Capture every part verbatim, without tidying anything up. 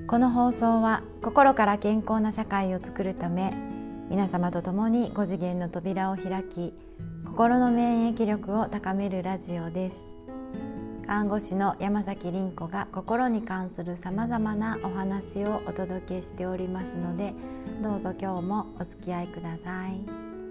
この放送は心から健康な社会を作るため、皆様と共にご次元の扉を開き、心の免疫力を高めるラジオです。看護師の山崎凛子が心に関するさまざまなお話をお届けしておりますので、どうぞ今日もお付き合いください。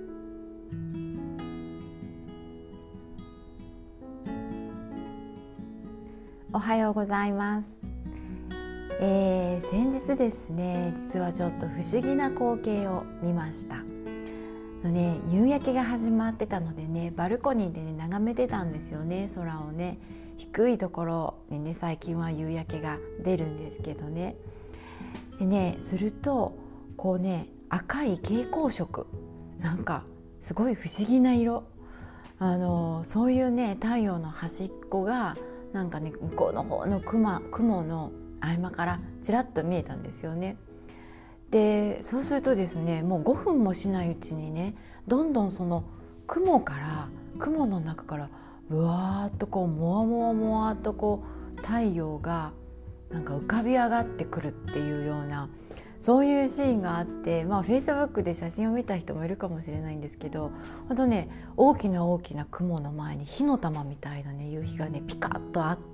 おはようございます。えー、先日ですね、実はちょっと不思議な光景を見ましたの、ね、夕焼けが始まってたのでね、バルコニーで、ね、眺めてたんですよね。空をね、低いところにね、最近は夕焼けが出るんですけどね。でね、するとこうね、赤い蛍光色、なんかすごい不思議な色、あのそういうね、太陽の端っこがなんかね、向こうの方の雲、雲の合間からちらっと見えたんですよね。でそうするとですね、もうごふんもしないうちにね、どんどんその雲から雲の中からうわーっとこうもわもわもわっとこう太陽がなんか浮かび上がってくるっていうような、そういうシーンがあって、まあ Facebook で写真を見た人もいるかもしれないんですけど、本当ね、大きな大きな雲の前に火の玉みたいなね、夕日がねピカッとあって、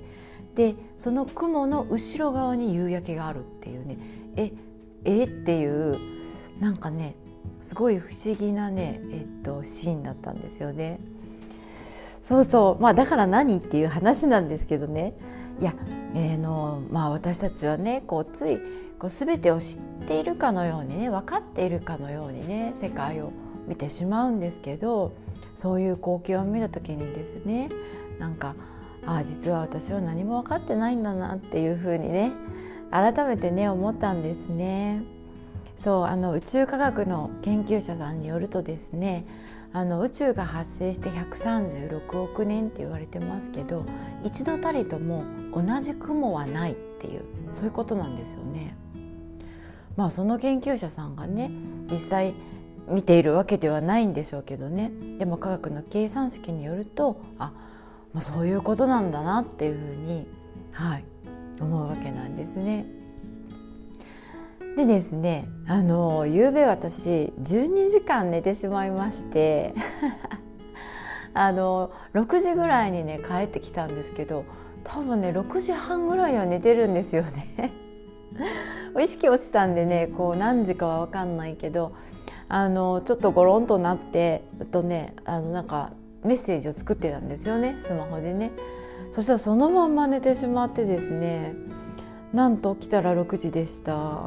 でその雲の後ろ側に夕焼けがあるっていうね、ええっていう、なんかね、すごい不思議なね、えっと、シーンだったんですよね。そうそう、まあだから何っていう話なんですけどね。いや、えーのまあ、私たちはね、こうついこう全てを知っているかのようにね、分かっているかのようにね、世界を見てしまうんですけど、そういう光景を見た時にですね、なんかあ、実は私は何も分かってないんだなっていうふうにね、改めてね思ったんですね。そう、あの宇宙科学の研究者さんによるとですね、あの宇宙が発生してひゃくさんじゅうろくおくねんって言われてますけど、一度たりとも同じ雲はないっていう、そういうことなんですよね。まあその研究者さんがね、実際見ているわけではないんでしょうけどね、でも科学の計算式によると、あ、まあ、そういうことなんだなっていうふうに、はい、思うわけなんですね。でですね、あの夕べ私じゅうにじかん寝てしまいましてあのろくじぐらいにね帰ってきたんですけど、多分ねろくじはんぐらいには寝てるんですよね意識落ちたんでね、こう何時かは分かんないけど、あのちょっとゴロンとなって、とね、あのなんかメッセージを作ってたんですよね、スマホでね。そしたらそのまんま寝てしまってですね、なんと起きたらろくじでした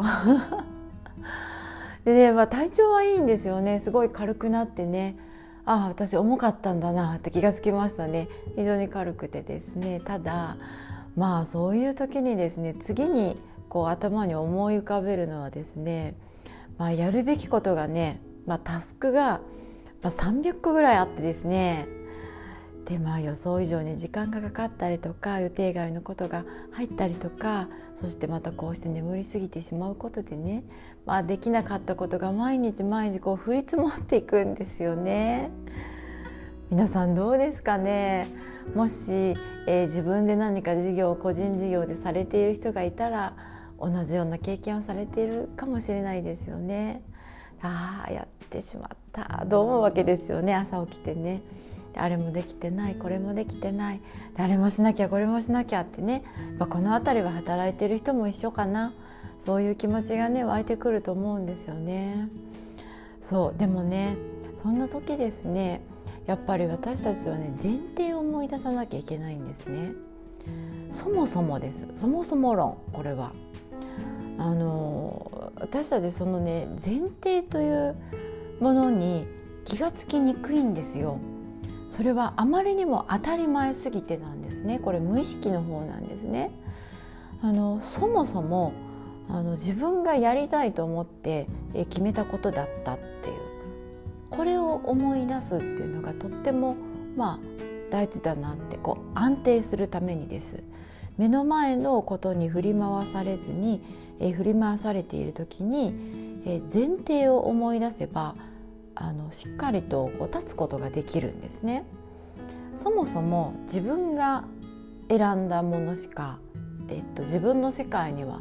でね、まあ、体調はいいんですよね。すごい軽くなってね、ああ私重かったんだなって気がつきましたね。非常に軽くてですね、ただまあそういう時にですね、次にこう頭に思い浮かべるのはですね、まあ、やるべきことがね、まあ、タスクがまあさんびゃっこぐらいあってですね、でまあ予想以上に時間がかかったりとか、予定外のことが入ったりとか、そしてまたこうして眠りすぎてしまうことでね、まあ、できなかったことが毎日毎日こう降り積もっていくんですよね。皆さんどうですかね。もし、えー、自分で何か事業、個人事業でされている人がいたら、同じような経験をされているかもしれないですよね。ああやってしまったと思うわけですよね。朝起きてね、あれもできてない、これもできてない、あれもしなきゃこれもしなきゃってね、やっぱこのあたりは働いてる人も一緒かな。そういう気持ちがね湧いてくると思うんですよね。そうでもね、そんな時ですね、やっぱり私たちはね、前提を思い出さなきゃいけないんですね。そもそもです。そもそも論、これはあの私たちそのね、前提というものに気がつきにくいんですよ。それはあまりにも当たり前すぎてなんですね。これ無意識の方なんですね。あのそもそもあの自分がやりたいと思って決めたことだったっていう、これを思い出すっていうのがとってもまあ大事だなって、こう安定するためにです。目の前のことに振り回されずに、え振り回されている時に、え前提を思い出せば、あのしっかりとこう立つことができるんですね。そもそも自分が選んだものしか、えっと、自分の世界には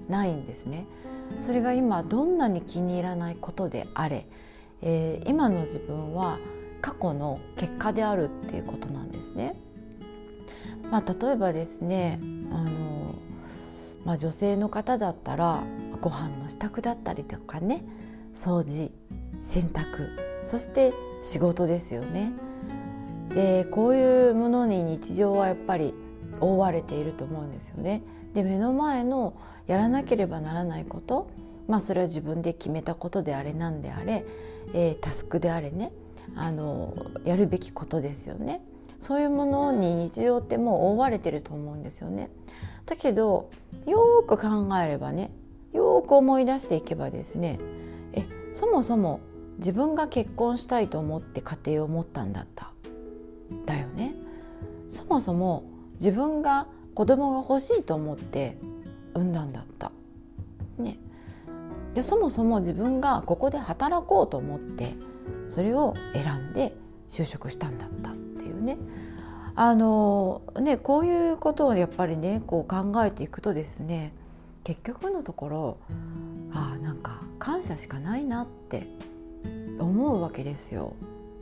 ないんですね。それが今どんなに気に入らないことであれ、えー、今の自分は過去の結果であるっていうことなんですね。まあ、例えばですね、あの、まあ、女性の方だったらご飯の支度だったりとかね、掃除、洗濯、そして仕事ですよね。でこういうものに日常はやっぱり覆われていると思うんですよね。で目の前のやらなければならないこと、まあそれは自分で決めたことであれなんであれ、えー、タスクであれね、あのやるべきことですよね。そういうものに日常ってもう覆われてると思うんですよね。だけどよく考えればね、よく思い出していけばですね、えそもそも自分が結婚したいと思って家庭を持ったんだっただよね。そもそも自分が子供が欲しいと思って産んだんだったね。でそもそも自分がここで働こうと思ってそれを選んで就職したんだったっていうね、あのねこういうことをやっぱりねこう考えていくとですね、結局のところあなんか感謝しかないなって思うわけですよ。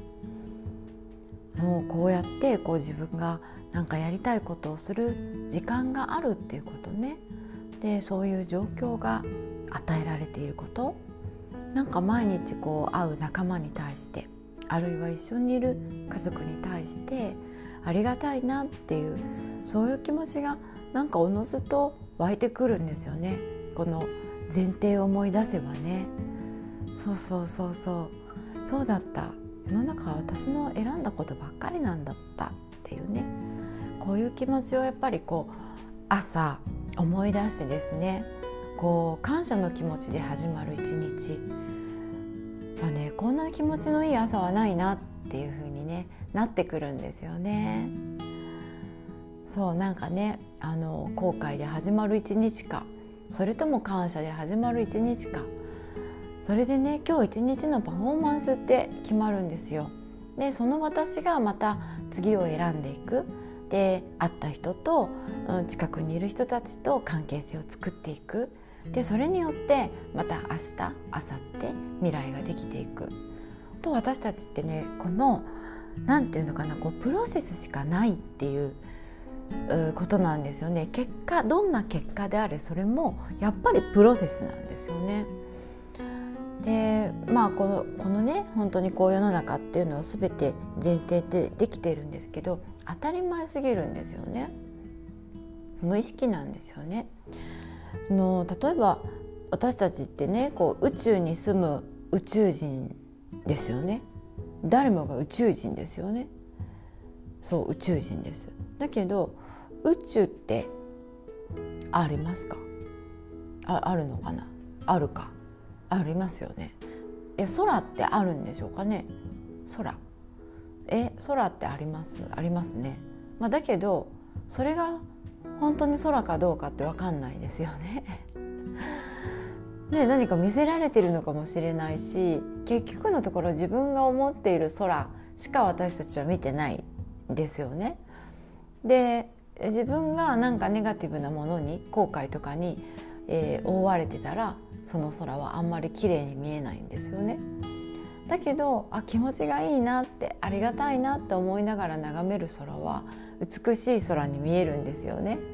もうこうやってこう自分がなんかやりたいことをする時間があるっていうことね。でそういう状況が与えられていること、なんか毎日こう会う仲間に対して、あるいは一緒にいる家族に対してありがたいなっていう、そういう気持ちがなんかおのずと湧いてくるんですよね。この前提を思い出せばね。そうそうそうそうそうだった、世の中は私の選んだことばっかりなんだったっていうね、こういう気持ちをやっぱりこう朝思い出してですね、こう感謝の気持ちで始まる一日、まあね、こんな気持ちのいい朝はないなっていう風にねなってくるんですよね。そうなんかね、あの後悔で始まる一日か、それとも感謝で始まる一日か、それでね今日一日のパフォーマンスって決まるんですよ。でその私がまた次を選んでいく、で会った人と、うん、近くにいる人たちと関係性を作っていく、でそれによってまた明日明後日未来ができていくと、私たちってねこのなんていうのかな、こうプロセスしかないっていうことなんですよね。結果、どんな結果であれそれもやっぱりプロセスなんですよね。でまあこの、このね本当にこう世の中っていうのは全て前提でできてるんですけど、当たり前すぎるんですよね。無意識なんですよね。その例えば私たちってねこう宇宙に住む宇宙人ですよね。誰もが宇宙人ですよね。そう宇宙人です。だけど宇宙ってありますか？ あ, あるのかな？あるか？ありますよね。え空ってあるんでしょうかね。空え空ってありますありますね。まあ、だけどそれが本当に空かどうかって分かんないですよね。ね、何か見せられてるのかもしれないし、結局のところ自分が思っている空しか私たちは見てないんですよね。で自分がなんかネガティブなものに後悔とかに、えー、覆われてたらその空はあんまり綺麗に見えないんですよね。だけどあ気持ちがいいなってありがたいなって思いながら眺める空は美しい空に見えるんですよね。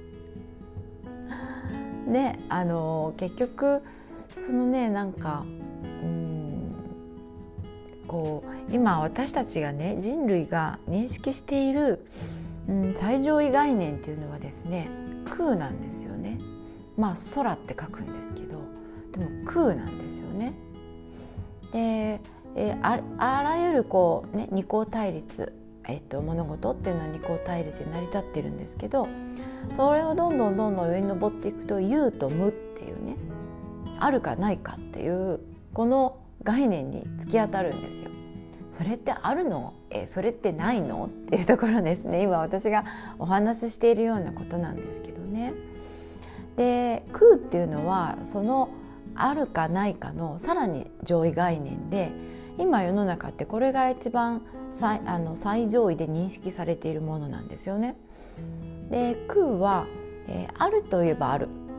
であの結局そのねなんかうんこう今私たちがね人類が認識している、うん、最上位概念というのはですね空なんですよね。まあ空って書くんですけどでも空なんですよね。で、えー、あ, あらゆるこう、ね、二項対立、えー、と物事っていうのは二項対立で成り立ってるんですけど、それをどんどんどんどん上に登っていくと有と無っていうね、あるかないかっていうこの概念に突き当たるんですよ。それってあるの？えそれってないの？っていうところですね。今私がお話ししているようなことなんですけどね。で空っていうのはそのあるかないかのさらに上位概念で、今世の中ってこれが一番最、あの最上位で認識されているものなんですよね。で空は、えー、あるといえばある、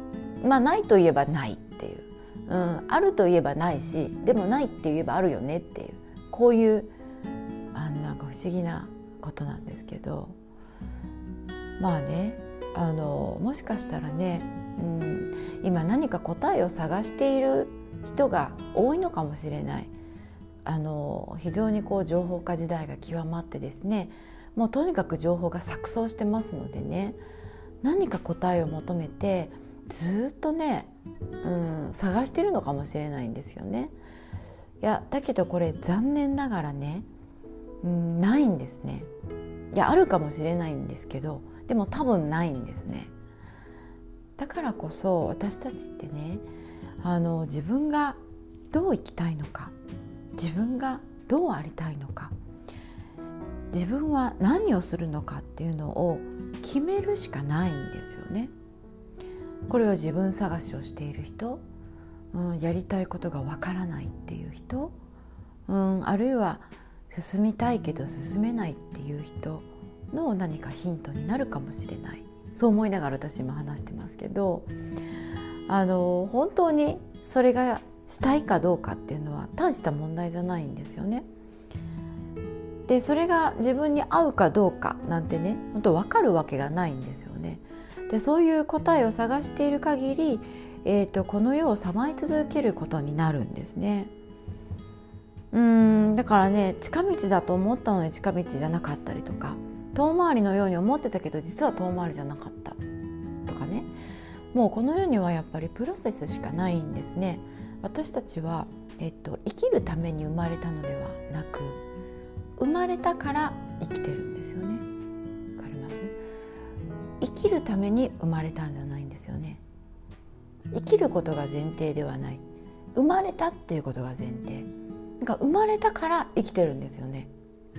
まあないといえばないっていう、うん、あるといえばないし、でもないって言えばあるよねっていう、こういうあのなんか不思議なことなんですけど、まあね、あのもしかしたらね、うん、今何か答えを探している人が多いのかもしれない。あの非常にこう情報化時代が極まってですね、もうとにかく情報が錯綜してますのでね、何か答えを求めてずっとね、うん、探してるのかもしれないんですよね。いやだけどこれ残念ながらね、うん、ないんですね。いやあるかもしれないんですけど、でも多分ないんですね。だからこそ私たちってね、あの自分がどう生きたいのか、自分がどうありたいのか、自分は何をするのかっていうのを決めるしかないんですよね。これは自分探しをしている人、うん、やりたいことがわからないっていう人、うん、あるいは進みたいけど進めないっていう人の何かヒントになるかもしれない、そう思いながら私も話してますけど、あの本当にそれがしたいかどうかっていうのは大した問題じゃないんですよね。でそれが自分に合うかどうかなんてね、本当分かるわけがないんですよね。でそういう答えを探している限り、えーと、この世をさまい続けることになるんですね。うーんだからね、近道だと思ったのに近道じゃなかったりとか、遠回りのように思ってたけど実は遠回りじゃなかったとかね、もうこの世にはやっぱりプロセスしかないんですね。私たちは、えっと、生きるために生まれたのではなく、生まれたから生きてるんですよね。わかります？生きるために生まれたんじゃないんですよね。生きることが前提ではない、生まれたっていうことが前提。だから生まれたから生きてるんですよね。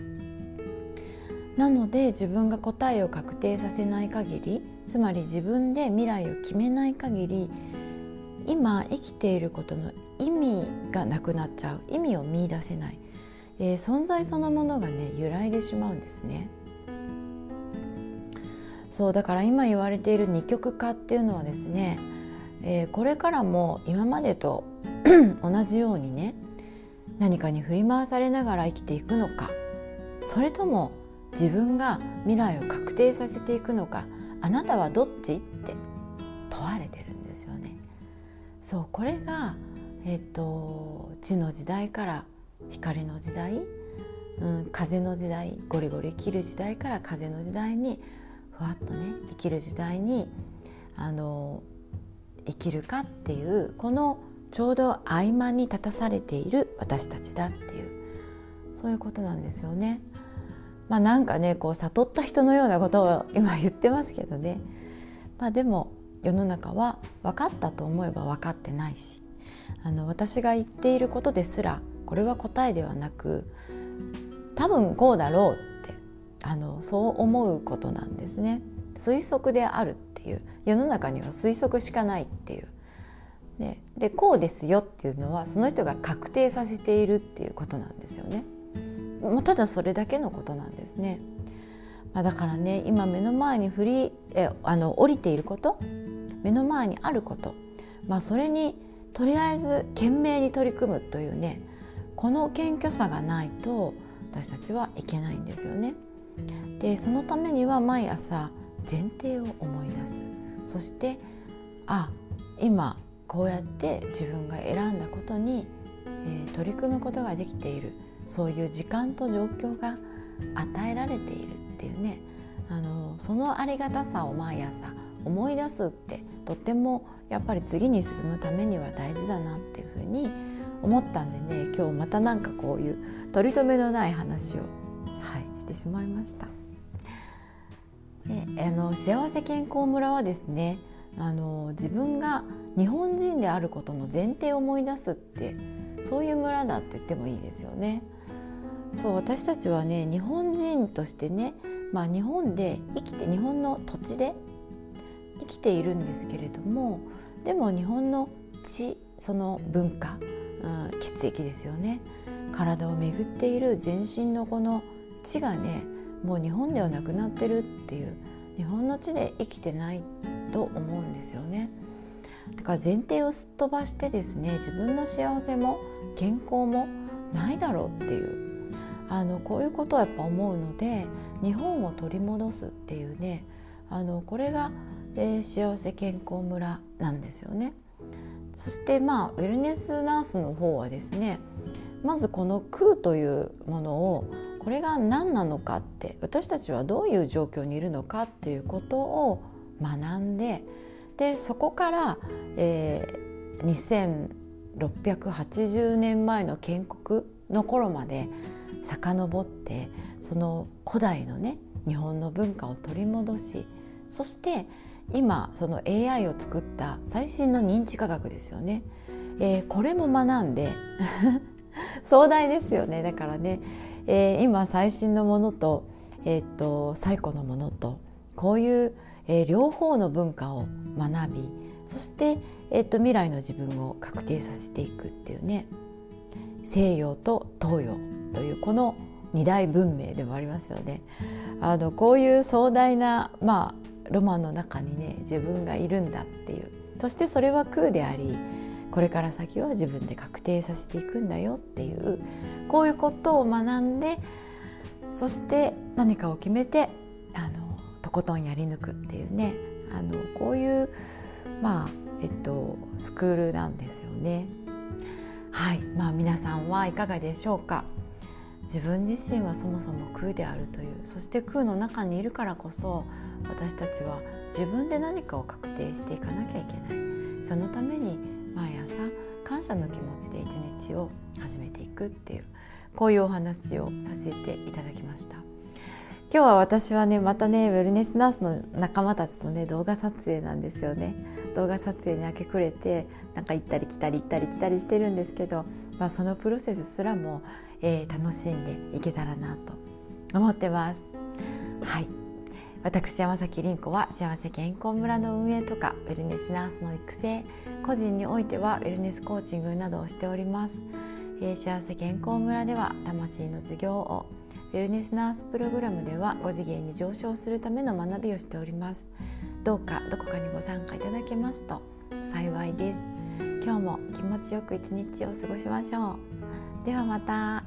なので自分が答えを確定させない限り、つまり自分で未来を決めない限り、今生きていることの意味がなくなっちゃう、意味を見出せない、えー、存在そのものがね揺らいでしまうんですね。そうだから今言われている二極化っていうのはですね、えー、これからも今までと同じようにね、何かに振り回されながら生きていくのか、それとも自分が未来を確定させていくのか、あなたはどっちって問われてるんですよね。そうこれが、えーと、地の時代から光の時代、うん、風の時代、ゴリゴリ生きる時代から風の時代にふわっとね生きる時代にあの生きるかっていう、このちょうど合間に立たされている私たちだっていう、そういうことなんですよね。まあなんかねこう悟った人のようなことを今言ってますけどね、まあでも世の中は分かったと思えば分かってないし、あの私が言っていることですらこれは答えではなく、多分こうだろうってあのそう思うことなんですね。推測であるっていう、世の中には推測しかないっていう、で, でこうですよっていうのはその人が確定させているっていうことなんですよね。もうただそれだけのことなんですね。まあ、だからね、今目の前に降りえあの降りていること、目の前にあること、まあ、それにとりあえず懸命に取り組むというね、この謙虚さがないと私たちはいけないんですよね。でそのためには毎朝前提を思い出す、そしてあ今こうやって自分が選んだことに、えー、取り組むことができている、そういう時間と状況が与えられているっていうね、あのそのありがたさを毎朝思い出すって、とってもやっぱり次に進むためには大事だなっていうふうに思ったんでね、今日またなんかこういう取り留めのない話を、はい、してしまいました。であの幸せ健康村はですね、あの自分が日本人であることの前提を思い出すって、そういう村だって言ってもいいですよね。そう私たちはね、日本人としてね、まあ、日本で生きて、日本の土地で生きているんですけれども、でも日本の血、その文化、うん、血液ですよね、体を巡っている全身のこの血がね、もう日本ではなくなってるっていう、日本の地で生きてないと思うんですよね。 だから前提をすっ飛ばしてですね、自分の幸せも健康もないだろうっていう、あのこういうことはやっぱ思うので、日本を取り戻すっていうね、あのこれが、えー、幸せ健康村なんですよね。そしてまあウェルネスナースの方はですね、まずこの空というものを、これが何なのかって、私たちはどういう状況にいるのかっていうことを学んで、でそこから、えー、にせんろっぴゃくはちじゅうねんまえの建国の頃まで遡って、その古代のね日本の文化を取り戻し、そして今その エーアイ を作った最新の認知科学ですよね、えー、これも学んで壮大ですよね。だからね、えー、今最新のものと、えー、っと最古のものと、こういう、えー、両方の文化を学び、そして、えー、っと未来の自分を確定させていくっていうね、西洋と東洋というこの二大文明でもありますよね。あのこういう壮大な、まあ、ロマンの中にね自分がいるんだっていう、そしてそれは空であり、これから先は自分で確定させていくんだよっていう、こういうことを学んで、そして何かを決めてあのとことんやり抜くっていうね、あのこういう、まあえっと、スクールなんですよね。はい、まあ、皆さんはいかがでしょうか。自分自身はそもそも空であるという、そして空の中にいるからこそ、私たちは自分で何かを確定していかなきゃいけない。そのために毎朝感謝の気持ちで一日を始めていくっていう、こういうお話をさせていただきました。今日は私はね、またねウェルネスナースの仲間たちとね動画撮影なんですよね。動画撮影に明け暮れて、なんか行ったり来たり行ったり来たりしてるんですけど、まあ、そのプロセスすらも、えー、楽しんでいけたらなと思ってます。はい、私山崎凛子は幸せ健康村の運営とかウェルネスナースの育成、個人においてはウェルネスコーチングなどをしております。えー、幸せ健康村では魂の授業を、ウェルネスナースプログラムではご次元に上昇するための学びをしております。どうかどこかにご参加いただけますと幸いです。今日も気持ちよく一日を過ごしましょう。ではまた。